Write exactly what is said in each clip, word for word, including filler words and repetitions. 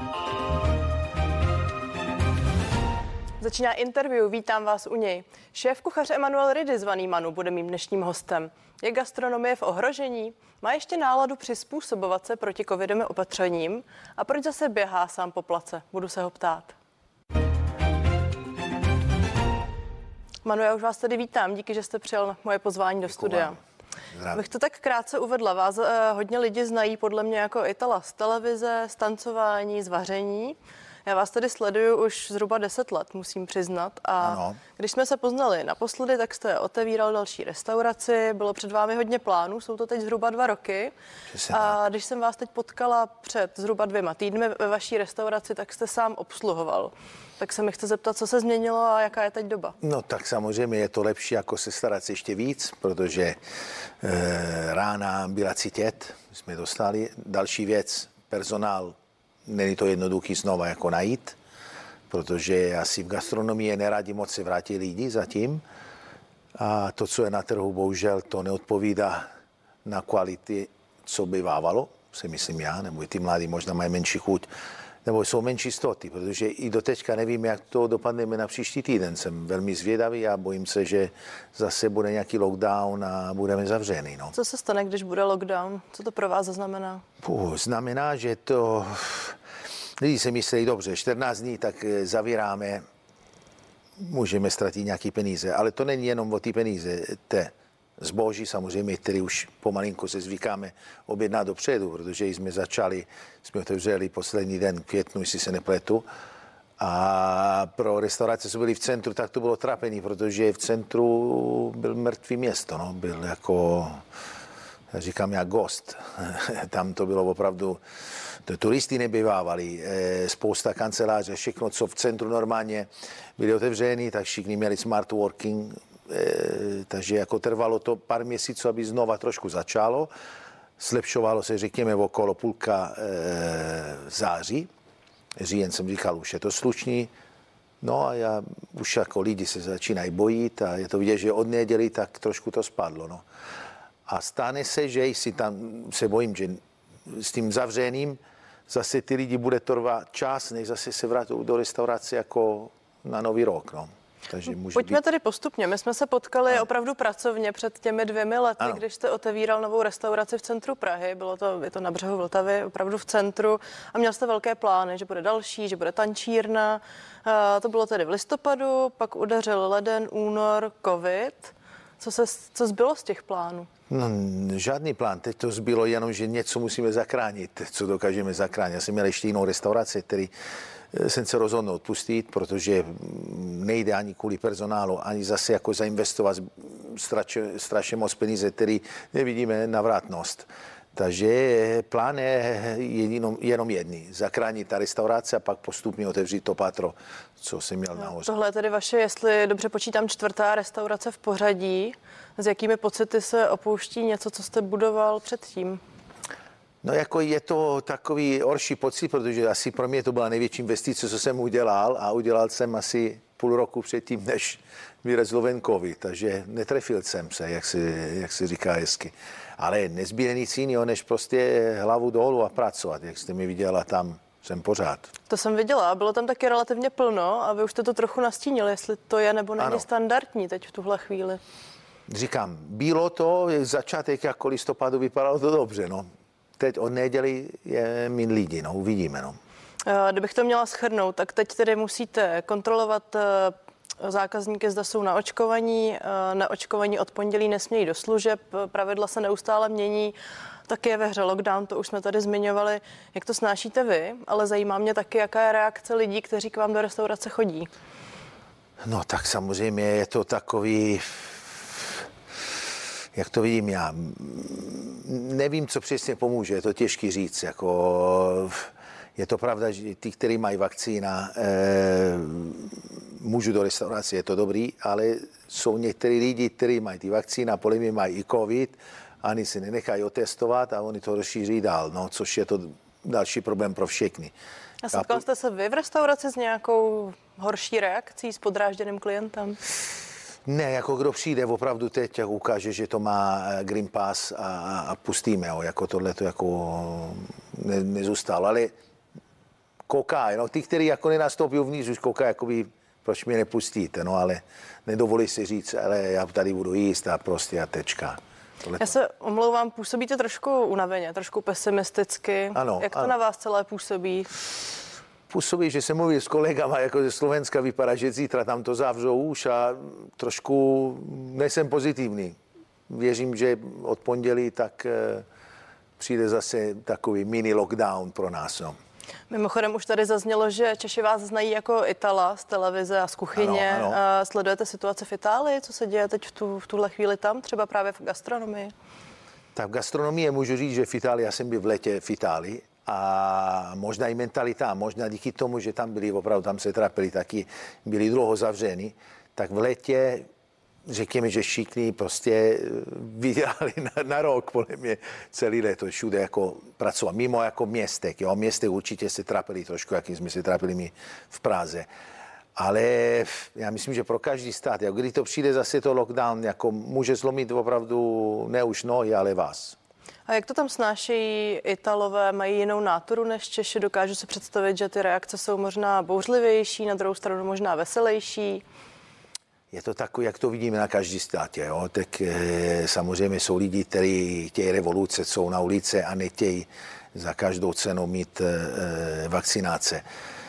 Začíná interview, vítám vás u něj. Šéf kuchař Emanuel Ridy, zvaný Manu, bude mým dnešním hostem. Je gastronomie v ohrožení? Má ještě náladu přizpůsobovat se proti covidovým opatřením? A proč zase běhá sám po place? Budu se ho ptát. Manu, já už vás tady vítám. Díky, že jste přijal moje pozvání do studia. Bych to tak krátce uvedla. Vás eh, hodně lidi znají podle mě jako Itala z televize, z tancování, z vaření. Já vás tady sleduju už zhruba deset let, musím přiznat. A ano. Když jsme se poznali naposledy, tak jste otevíral další restauraci, bylo před vámi hodně plánů, jsou to teď zhruba dva roky. A když jsem vás teď potkala před zhruba dvěma týdny ve vaší restauraci, tak jste sám obsluhoval. Tak se mi chce zeptat, co se změnilo a jaká je teď doba? No tak samozřejmě je to lepší, jako se starat se ještě víc, protože e, rána byla cítit, jsme dostali. Další věc, personál. Není to jednoduchý znova jako najít, protože asi v gastronomii nerádi moc se vrátí lidi zatím. A to, co je na trhu, bohužel to neodpovídá na kvality, co bývávalo, si myslím já, nebo i ty mladí možná mají menší chuť, nebo jsou menší jistoty, protože i do teďka nevím, jak to dopadneme na příští týden. Jsem velmi zvědavý a bojím se, že zase bude nějaký lockdown a budeme zavřený. No. Co se stane, když bude lockdown? Co to pro vás znamená? Puh, znamená, že to... Lidi si myslí, dobře, čtrnáct dní, tak zavíráme, můžeme ztratit nějaký peníze, ale to není jenom o ty peníze, te zboží samozřejmě, který už pomalinku se zvykáme objednat dopředu, protože jsme začali, jsme otevřeli poslední den květnu, jestli se nepletu, a pro restaurace, co byly v centru, tak to bylo trápení, protože v centru byl mrtvý město, no, byl jako, já říkám, jak gost, tam to bylo opravdu. Turisty nebývávali, spousta kanceláře, všechno, co v centru normálně byly otevřeny, tak všichni měli smart working, takže jako trvalo to pár měsíců, aby znova trošku začalo. Zlepšovalo se, řekněme, okolo půlka září. Říjen jsem říkal, už je to slušný. No a já už jako lidi se začínají bojit a je to vidět, že od neděli tak trošku to spadlo. No. A stane se, že si tam se bojím, že s tím zavřeným zase ty lidi bude trvat čas, než zase se vrátí do restaurace jako na nový rok. No. Takže může Pojďme být... tedy postupně. My jsme se potkali ano. opravdu pracovně před těmi dvěmi lety, ano. když jste otevíral novou restauraci v centru Prahy. Bylo to, je to na břehu Vltavy, opravdu v centru. A měl jste velké plány, že bude další, že bude tančírna. A to bylo tedy v listopadu, pak udeřil leden, únor, covid. Co, se, co zbylo z těch plánů? No, žádný plán. Teď to zbylo jenom, že něco musíme zachránit, co dokážeme zachránit. Já jsem měl ještě jinou restauraci, který jsem se rozhodl odpustit, protože nejde ani kvůli personálu, ani zase jako zainvestovat strašně moc peníze, který nevidíme navratnost. Takže plán je jenom, jenom jedný. Zachránit ta restaurace a pak postupně otevřít to patro, co jsem měl no, nahoře. Tohle je tedy vaše, jestli dobře počítám, čtvrtá restaurace v pořadí. S jakými pocity se opouští něco, co jste budoval předtím? No jako je to takový horší pocit, protože asi pro mě to byla největší investice, co jsem udělal a udělal jsem asi půl roku předtím, než vyrazil ven covid, takže netrefil jsem se, jak se, jak se říká hezky. Ale nezbývá nic jiného, než prostě hlavu dolů a pracovat, jak jste mi viděla, tam jsem pořád. To jsem viděla, bylo tam taky relativně plno a vy už jste to trochu nastínili, jestli to je nebo není ano. standardní teď v tuhle chvíli. Říkám, bylo to, začátek jako listopadu vypadalo to dobře, no. Teď od neděli je míň lidí, no, uvidíme, no. Kdybych to měla shrnout, tak teď tedy musíte kontrolovat zákazníky, zda jsou naočkovaní. Naočkovaní od pondělí nesmějí do služeb, pravidla se neustále mění, taky je ve hře lockdown, to už jsme tady zmiňovali. Jak to snášíte vy, ale zajímá mě taky, jaká je reakce lidí, kteří k vám do restaurace chodí. No tak samozřejmě je to takový... Jak to vidím já, nevím, co přesně pomůže, je to těžký říct, jako je to pravda, že ty, kteří mají vakcína, eh, můžu do restaurace, je to dobrý, ale jsou některý lidi, kteří mají ty vakcína, podle mě mají i covid, ani se nenechají otestovat a oni to rozšíří dál, no, což je to další problém pro všechny. A setkal jste se vy v restauraci s nějakou horší reakcí, s podrážděným klientem? Ne, jako kdo přijde opravdu teď, jak ukáže, že to má Green Pass a, a pustíme ho, jako tohle to jako ne, nezůstalo, ale kouká, no, ty, kteří jako nenastoupí uvnitř, už kouká, jakoby, proč mě nepustíte, no, ale nedovolí si říct, ale já tady budu jíst a prostě a tečka. Tohle Já se omlouvám, působíte trošku unaveně, trošku pesimisticky. Ano, Jak to ano. na vás celé působí? Působí, že se mluví s kolegama, jako ze Slovenska vypadá, že zítra tam to zavřou už a trošku nejsem pozitivní. Věřím, že od pondělí tak e, přijde zase takový mini lockdown pro nás. No. Mimochodem už tady zaznělo, že Češi vás znají jako Itala z televize a z kuchyně. Ano, ano. A sledujete situaci v Itálii? Co se děje teď v, tu, v tuhle chvíli tam, třeba právě v gastronomii? Tak v gastronomii můžu říct, že v Itálii, já jsem byl v létě v Itálii a možná i mentalita, možná díky tomu, že tam byli, opravdu tam se trápili taky, byli dlouho zavřeni, tak v létě řekněme, že všichni prostě vydělali na, na rok, podle mě celý léto všude jako pracovat, mimo jako městek, jo, městek určitě se trápili trošku, jakým jsme se trápili my v Praze. Ale já myslím, že pro každý stát, jako když to přijde zase to lockdown, jako může zlomit opravdu ne už nohy, ale vás. A jak to tam snášejí Italové? Mají jinou náturu než Češi? Dokážu si představit, že ty reakce jsou možná bouřlivější, na druhou stranu možná veselější. Je to takové, jak to vidíme na každý státě. Jo? Tak e, samozřejmě jsou lidi, kteří chtějí revoluce, jsou na ulici a nechtějí za každou cenu mít e, vakcinace.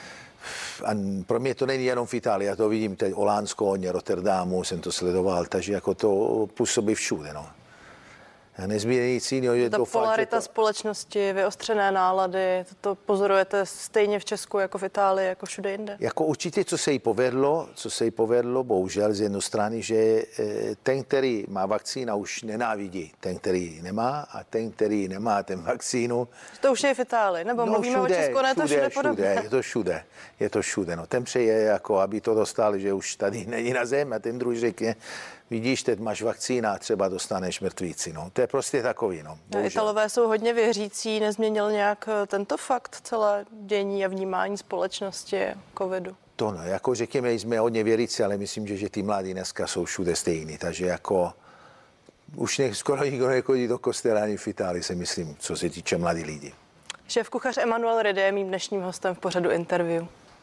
A pro mě to není jenom v Itálii, já to vidím teď Olánsko, hodně Rotterdamu, jsem to sledoval, takže jako to působí všude. No. Nezbývá nic jiného. Ta doufat, polarita to... společnosti, vyostřené nálady, to pozorujete stejně v Česku jako v Itálii, jako všude jinde? Jako určitě, co se jí povedlo, co se jí povedlo, bohužel z jedné strany, že ten, který má vakcínu, už nenávidí ten, který nemá, a ten, který nemá ten vakcínu. To už je v Itálii, nebo no, mluvíme všude, o Česku, ne, to všude podobně. Je to všude, je to všude. No, ten přeje, jako, aby to dostal, že už tady není na zem, a ten druhý řekne, vidíš, teď máš vakcína, třeba dostaneš mrtvíci. No. To je prostě takový. No. Italové jsou hodně věřící. Nezměnil nějak tento fakt celé dění a vnímání společnosti covidu? To no, jako řekněme, jsme hodně věřící, ale myslím, že, že ty mladí dneska jsou všude stejní. Takže jako už ne, skoro nikdo nechodí do kostela ani v Itálii, se myslím, co se týče mladých lidí. Šéf kuchař Emanuel Ride je mým dnešním hostem v pořadu Interview.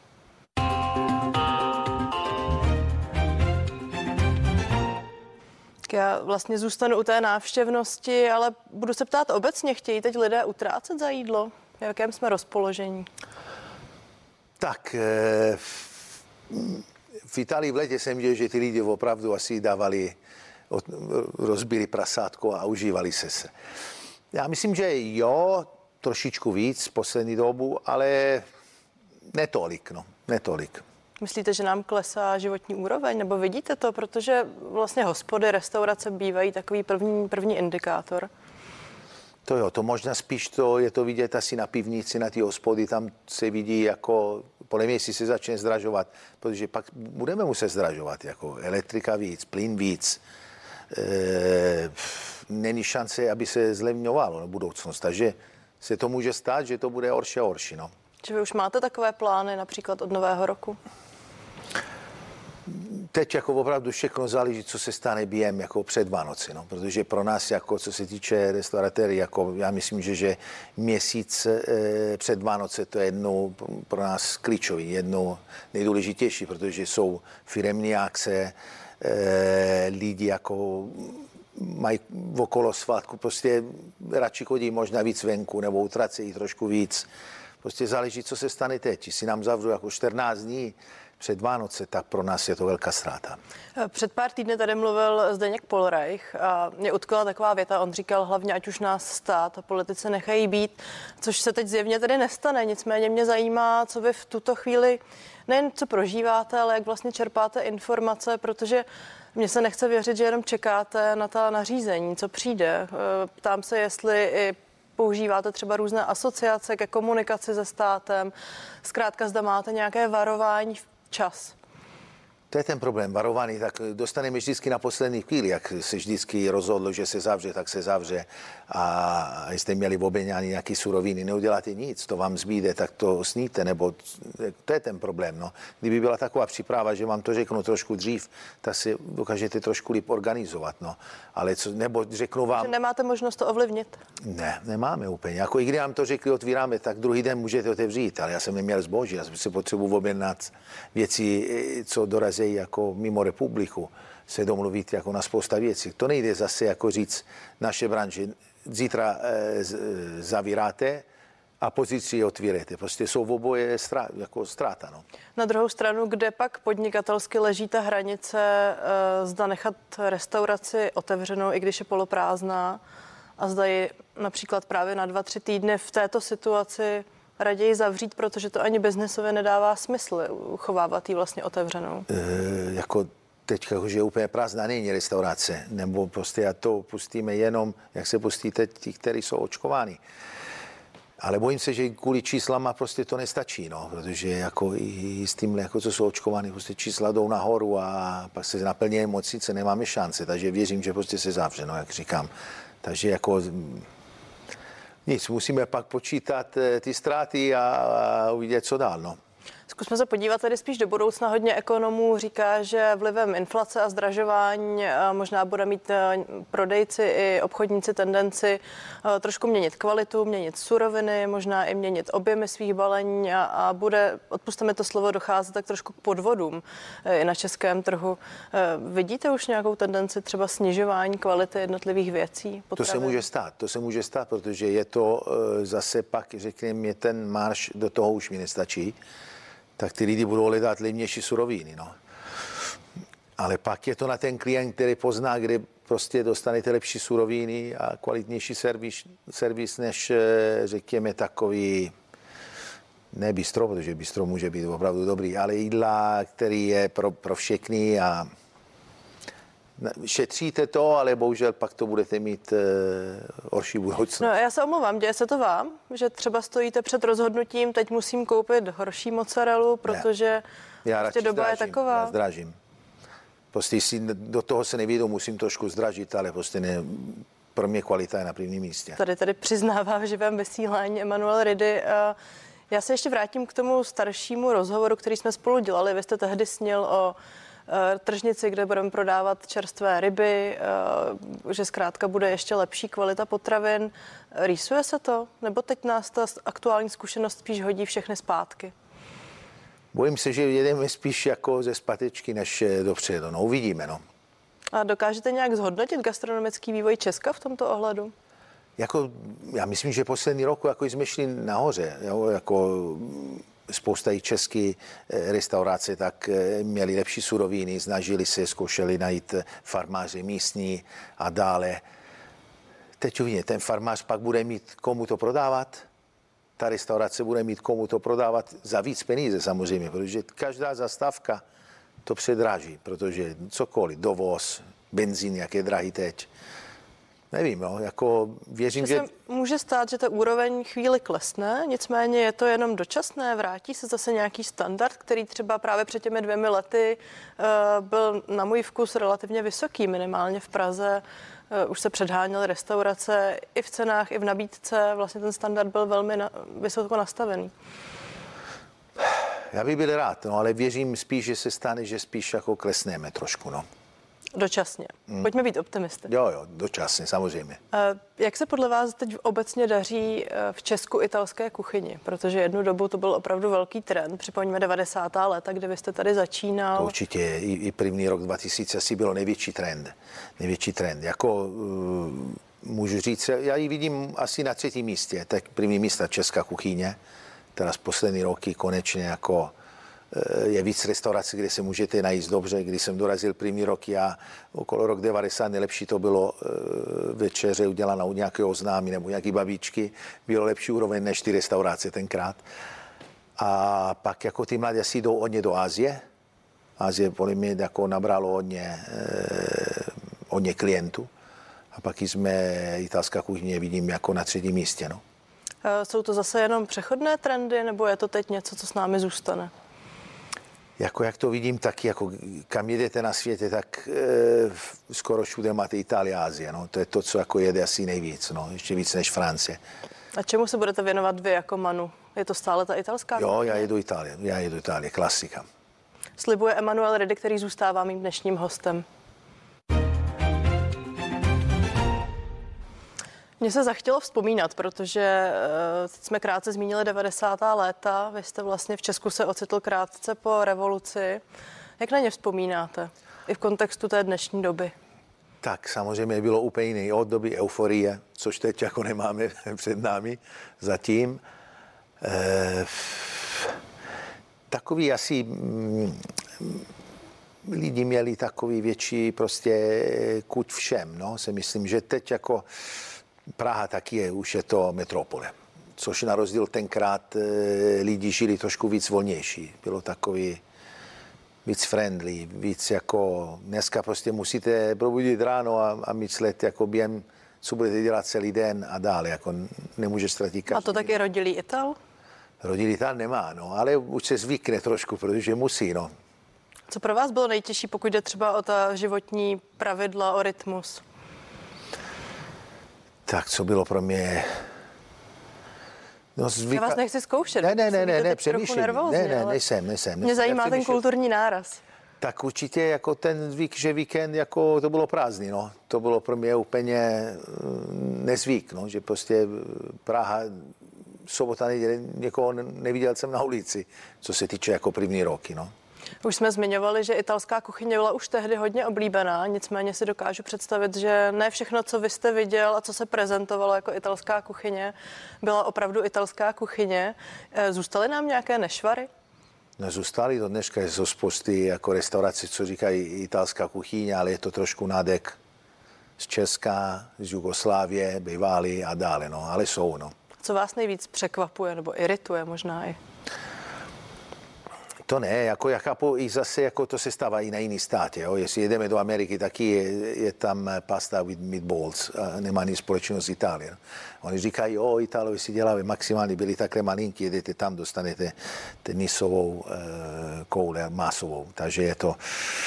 Já vlastně zůstanu u té návštěvnosti, ale budu se ptát obecně, chtějí teď lidé utrácet za jídlo? V jakém jsme rozpoložení? Tak v Itálii v létě jsem viděl, že ty lidi opravdu asi dávali, rozbili prasátko a užívali se se. Já myslím, že jo, trošičku víc poslední dobu, ale netolik, no, netolik. Myslíte, že nám klesá životní úroveň, nebo vidíte to, protože vlastně hospody, restaurace bývají takový první, první indikátor? To jo, to možná spíš to je to vidět asi na pivnici, na ty hospody, tam se vidí jako, podle mě, jestli se začne zdražovat, protože pak budeme muset zdražovat, jako elektrika víc, plyn víc. E, není šance, aby se zlevňovalo na budoucnost, takže se to může stát, že to bude horší a horší, no. Či vy už máte takové plány například od nového roku? Teď jako opravdu všechno záleží, co se stane během jako před Vánoci, no, protože pro nás, jako co se týče restauratéry, jako já myslím, že, že měsíc e, před Vánoce to je jednou pro nás klíčový, jednou nejdůležitější, protože jsou firemní akce, e, lidi jako mají okolo svátku, prostě radši chodí možná víc venku nebo utracejí trošku víc. Prostě záleží, co se stane teď. Jestli nám zavřou jako čtrnáct dní před Vánoce, tak pro nás je to velká ztráta. Před pár týdny tady mluvil Zdeněk Polreich a mě utkala taková věta. On říkal hlavně, ať už nás stát a politici nechají být, což se teď zjevně tady nestane. Nicméně mě zajímá, co vy v tuto chvíli nejen co prožíváte, ale jak vlastně čerpáte informace, protože mně se nechce věřit, že jenom čekáte na ta nařízení, co přijde. Ptám se, jestli i používáte třeba různé asociace ke komunikaci se státem, zkrátka zda máte nějaké varování včas. To je ten problém, varovaný, tak dostaneme vždycky na poslední chvíli, jak se vždycky rozhodlo, že se zavře, tak se zavře a jste měli v objednání nějaké suroviny, neuděláte nic, to vám zbýde, tak to sníte, nebo to je ten problém. No. Kdyby byla taková příprava, že vám to řeknu trošku dřív, tak si dokážete trošku líp organizovat, no. Ale co, nebo řeknu vám... Že nemáte možnost to ovlivnit? Ne, nemáme úplně. Jako i když nám to řekli, otvíráme, tak druhý den můžete otevřít, ale já jsem neměl zboží, já jsem si potřebuji objednat věci, co dorazí jako mimo republiku, se domluvit jako na spousta věcí. To nejde zase jako říct naše branže, zítra e, z, e, zavíráte a pozítří otvíráte. Prostě jsou v oboje strá, jako ztráta. No. Na druhou stranu, kde pak podnikatelsky leží ta hranice, e, zda nechat restauraci otevřenou, i když je poloprázdná, a zda ji například právě na dva, tři týdny v této situaci raději zavřít, protože to ani biznesově nedává smysl uchovávat ji vlastně otevřenou. E, jako teď, že je úplně prázdná, není restaurace, nebo prostě a to pustíme jenom, jak se pustíte ti, kteří jsou očkováni. Ale bojím se, že kvůli číslama prostě to nestačí, no, protože jako i s tím, jako co jsou očkováni, prostě čísla jdou nahoru a pak se naplní nemocnice, nemáme šance, takže věřím, že prostě se zavře, no, jak říkám. Takže jako nic, musíme pak počítat ty ztráty a, a uvidět, co dál, no. Zkusme se podívat tedy spíš do budoucna. Hodně ekonomů říká, že vlivem inflace a zdražování možná bude mít prodejci i obchodníci tendenci trošku měnit kvalitu, měnit suroviny, možná i měnit objemy svých balení a, a bude, odpustíme to slovo, docházet tak trošku k podvodům i na českém trhu. Vidíte už nějakou tendenci třeba snižování kvality jednotlivých věcí? Potravin? To se může stát, to se může stát, protože je to zase pak, řekněme, ten marš do toho už mi nestačí. Tak ty lidi budou hledat levnější suroviny, no. Ale pak je to na ten klient, který pozná, kde prostě dostanete lepší suroviny a kvalitnější servis, servis než, řekněme, takový, ne bistro, protože bistro může být opravdu dobrý, ale jídla, který je pro, pro všechny a šetříte to, ale bohužel pak to budete mít e, horší budoucnost. No, já se omlouvám, děje se to vám, že třeba stojíte před rozhodnutím, teď musím koupit horší mozzarellu, protože prostě doba zdražím, je taková. Já zdražím. Prostě si do toho se nevědou, musím trošku zdražit, ale prostě ne, pro mě kvalita je na prvním místě. Tady tady přiznává v živém vysílání Emanuel Rydy. Já se ještě vrátím k tomu staršímu rozhovoru, který jsme spolu dělali. Vy jste tehdy snil o tržnici, kde budeme prodávat čerstvé ryby, že zkrátka bude ještě lepší kvalita potravin. Rýsuje se to? Nebo teď nás ta aktuální zkušenost spíš hodí všechny zpátky? Bojím se, že jedeme spíš jako ze zpátečky než dopředu. No, uvidíme, no. A dokážete nějak zhodnotit gastronomický vývoj Česka v tomto ohledu? Jako, já myslím, že poslední roku jako jsme šli nahoře, jo, jako spousta i české restaurace tak měli lepší suroviny, snažili se, zkoušeli najít farmáře místní a dále. Teď uvidíme, ten farmář pak bude mít komu to prodávat, ta restaurace bude mít komu to prodávat za víc peníze samozřejmě, protože každá zastávka to předráží, protože cokoliv, dovoz, benzín, jak je drahý teď. Nevím, no, jako věřím, že... že... Může stát, že ta úroveň chvíli klesne, nicméně je to jenom dočasné, vrátí se zase nějaký standard, který třeba právě před těmi dvěmi lety uh, byl na můj vkus relativně vysoký, minimálně v Praze. Uh, už se předháněly restaurace i v cenách, i v nabídce, vlastně ten standard byl velmi na, vysoko nastavený. Já bych byl rád, no, ale věřím spíš, že se stane, že spíš jako klesneme trošku, no. Dočasně. Hmm. Pojďme být optimisty. Jo, jo, dočasně, samozřejmě. Jak se podle vás teď obecně daří v Česku italské kuchyni? Protože jednu dobu to byl opravdu velký trend. Připomeňme devadesátá léta, kdy vy jste tady začínal. To určitě. I, i první rok dva tisíce asi bylo největší trend. Největší trend. Jako uh, můžu říct, já ji vidím asi na třetím místě. Tak první místa česká kuchyně. Teraz poslední roky konečně jako je víc restaurací, kde se můžete najíst dobře. Když jsem dorazil první rok, já okolo rok devadesát nejlepší to bylo večeře udělaná u nějakého známí nebo nějaký babičky. Bylo lepší úroveň než ty restaurace tenkrát. A pak jako ty mladí asi jdou hodně do Asie. Asie podle mě jako nabralo hodně, hodně klientů. A pak jsme italská kuchyně vidím jako na třetím místě. No. Jsou to zase jenom přechodné trendy, nebo je to teď něco, co s námi zůstane? Jako jak to vidím, tak jako kam jedete na světě, tak e, skoro všude máte Itálii a Asie. No. To je to, co jako jede asi nejvíc, no. Ještě víc než Francie. A čemu se budete věnovat vy jako Manu? Je to stále ta italská? Jo, já jedu Itálie, já jedu Itálie, klasika. Slibuje Emanuel Ryddy, který zůstává mým dnešním hostem. Mně se zachtělo vzpomínat, protože teď jsme krátce zmínili devadesátá léta. Vy jste vlastně v Česku se ocitl krátce po revoluci. Jak na ně vzpomínáte? I v kontextu té dnešní doby. Tak samozřejmě bylo úplně jiné od doby euforie, což teď jako nemáme před námi zatím. E, takový asi mm, lidi měli takový větší prostě kuť všem, no. Si myslím, že teď jako Praha taky je, už je to metropole, což na rozdíl tenkrát e, lidi žili trošku víc volnější. Bylo takový víc friendly, víc jako dneska prostě musíte probudit ráno a, a myslet jako během, co budete dělat celý den a dále, jako nemůžeš ztratit každý. A to taky rodilý Ital? Rodilý Ital nemá, no, ale už se zvykne trošku, protože musí, no. Co pro vás bylo nejtěžší, pokud jde třeba o ta životní pravidla, o rytmus? Tak co bylo pro mě... No, zvyka... Já vás nechci zkoušet. Ne, ne, ne, ne, ne, přemýšlím. Ne, ne, nejsem, nejsem. Mě zajímá ten kulturní náraz. Tak určitě jako ten zvyk, že víkend jako to bylo prázdný, no. To bylo pro mě úplně nezvyk, no, že prostě Praha, sobota, neděle, někoho neviděl jsem na ulici, co se týče jako první roky, no. Už jsme zmiňovali, že italská kuchyně byla už tehdy hodně oblíbená, nicméně si dokážu představit, že ne všechno, co vy jste viděl a co se prezentovalo jako italská kuchyně, byla opravdu italská kuchyně. Zůstaly nám nějaké nešvary? No, zůstaly do dneška, jsou spousty jako restaurací, co říkají italská kuchyně, ale je to trošku nádek z Česka, z Jugoslávie, bývalý a dále, no, ale jsou, no. Co vás nejvíc překvapuje nebo irituje možná i? To ne, jako já chápu, i zase jako to se stává i na jiný státě, jo. Jestli jedeme do Ameriky, taky je, je tam pasta with meatballs, a nemá nic společného s Itálií. Oni říkají, jo, Itálové si dělají maximálně, byli takhle malinký, jedete tam, dostanete tenisovou e, koule masovou, takže je to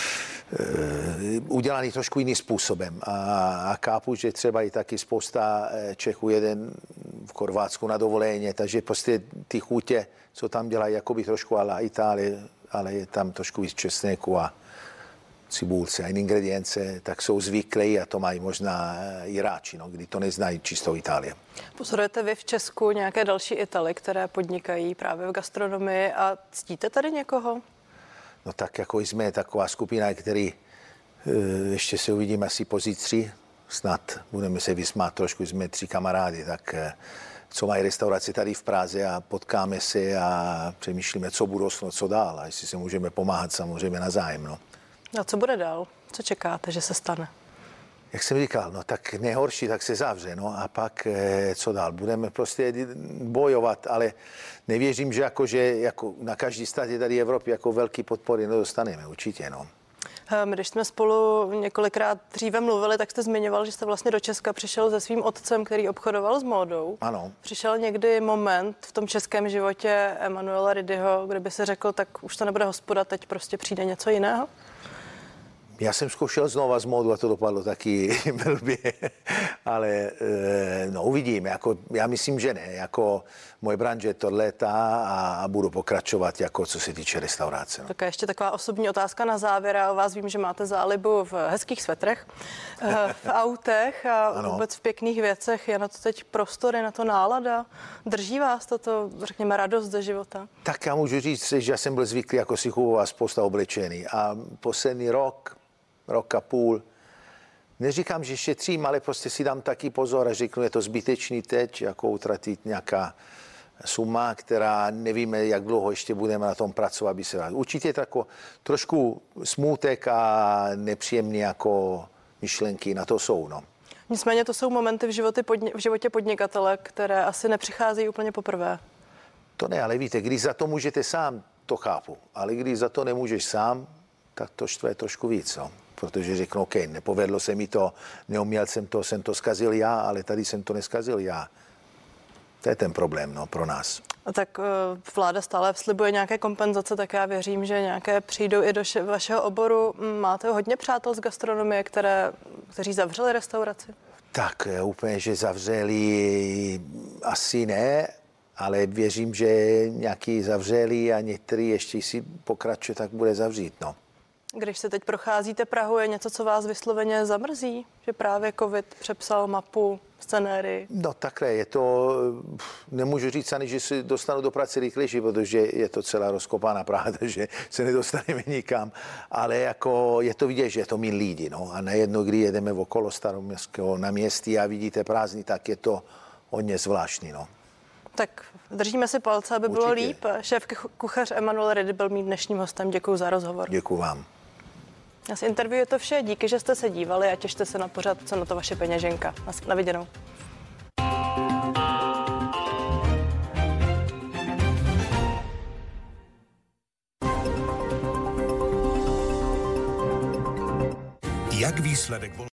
e, udělaný trošku jiným způsobem. A, a chápu, že třeba i taky spousta Čechů jeden v Chorvatsku na dovoleně, takže prostě ty chutě, co tam dělají jakoby trošku ala Itálie, ale je tam trošku víc česneku a cibulce a ingredience, tak jsou zvyklí a to mají možná i ráči, no, kdy to neznají čistou Itálie. Pozorujete vy v Česku nějaké další Italy, které podnikají právě v gastronomii a ctíte tady někoho? No tak jako jsme taková skupina, který ještě se uvidíme asi pozítří, snad budeme se vysmát trošku, jsme tři kamarády, tak co mají restauraci tady v Praze a potkáme se a přemýšlíme, co budoucnost, co dál a jestli se můžeme pomáhat samozřejmě navzájem. No. A co bude dál? Co čekáte, že se stane? Jak jsem říkal, no tak nejhorší, tak se zavře, no a pak co dál? Budeme prostě bojovat, ale nevěřím, že jako, že jako na každý státě tady Evropy jako velký podpory nedostaneme, určitě, no. Když jsme spolu několikrát dříve mluvili, tak jste zmiňoval, že jste vlastně do Česka přišel se svým otcem, který obchodoval s módou. Ano. Přišel někdy moment v tom českém životě Emanuela Ryddyho, kdyby se řekl, tak už to nebude hospoda, teď prostě přijde něco jiného? Já jsem zkoušel znova z módu a to dopadlo taky blbě, ale no uvidíme, jako, já myslím, že ne, jako moje branže to létá a, a budu pokračovat, jako co se týče restaurace. No. Tak ještě taková osobní otázka na závěr, a o vás vím, že máte zálibu v hezkých svetrech, v autech a ano. Vůbec v pěkných věcech, je na to teď prostor, je na to nálada, drží vás toto, řekněme, radost ze života? Tak já můžu říct, že já jsem byl zvyklý jako si kupovat spousta oblečení a poslední rok, rok a půl. Neříkám, že šetřím, ale prostě si dám taky pozor a řeknu, je to zbytečný teď, jako utratit nějaká suma, která nevíme, jak dlouho ještě budeme na tom pracovat, aby se... Určitě tako, trošku smutek a nepříjemný jako myšlenky na to jsou, no. Nicméně to jsou momenty v, životě podni- v životě podnikatele, které asi nepřicházejí úplně poprvé. To ne, ale víte, když za to můžete sám, to chápu, ale když za to nemůžeš sám, tak to štve trošku víc, no. Protože řeknu, OK, nepovedlo se mi to, neuměl jsem to, jsem to zkazil já, ale tady jsem to neskazil já. To je ten problém, no, pro nás. Tak vláda stále slibuje nějaké kompenzace, tak já věřím, že nějaké přijdou i do vašeho oboru. Máte hodně přátel z gastronomie, které, kteří zavřeli restauraci? Tak úplně, že zavřeli asi ne, ale věřím, že nějaký zavřeli a některý ještě si pokračuje, tak bude zavřít, no. Když se teď procházíte Prahu, je něco, co vás vysloveně zamrzí? Že právě covid přepsal mapu, scenérii? No takhle, je to, nemůžu říct ani, že si dostanu do práce rychlejší, protože je to celá rozkopaná Praha, takže se nedostaneme nikam, ale jako je to vidět, že je to míň lidí, no. A najednou, když jedeme okolo Staroměstského náměstí a vidíte prázdný, tak je to hodně zvláštní, no. Tak držíme si palce, aby Určitě. bylo líp. Šéf kuchař Emanuel Ridy byl mým dnešním hostem. Děkuji za rozhovor. Děkuji vám. A z interview je to vše. Díky, že jste se dívali a těšte se na pořad, co na to vaše peněženka. Na viděnou. Jak výsledek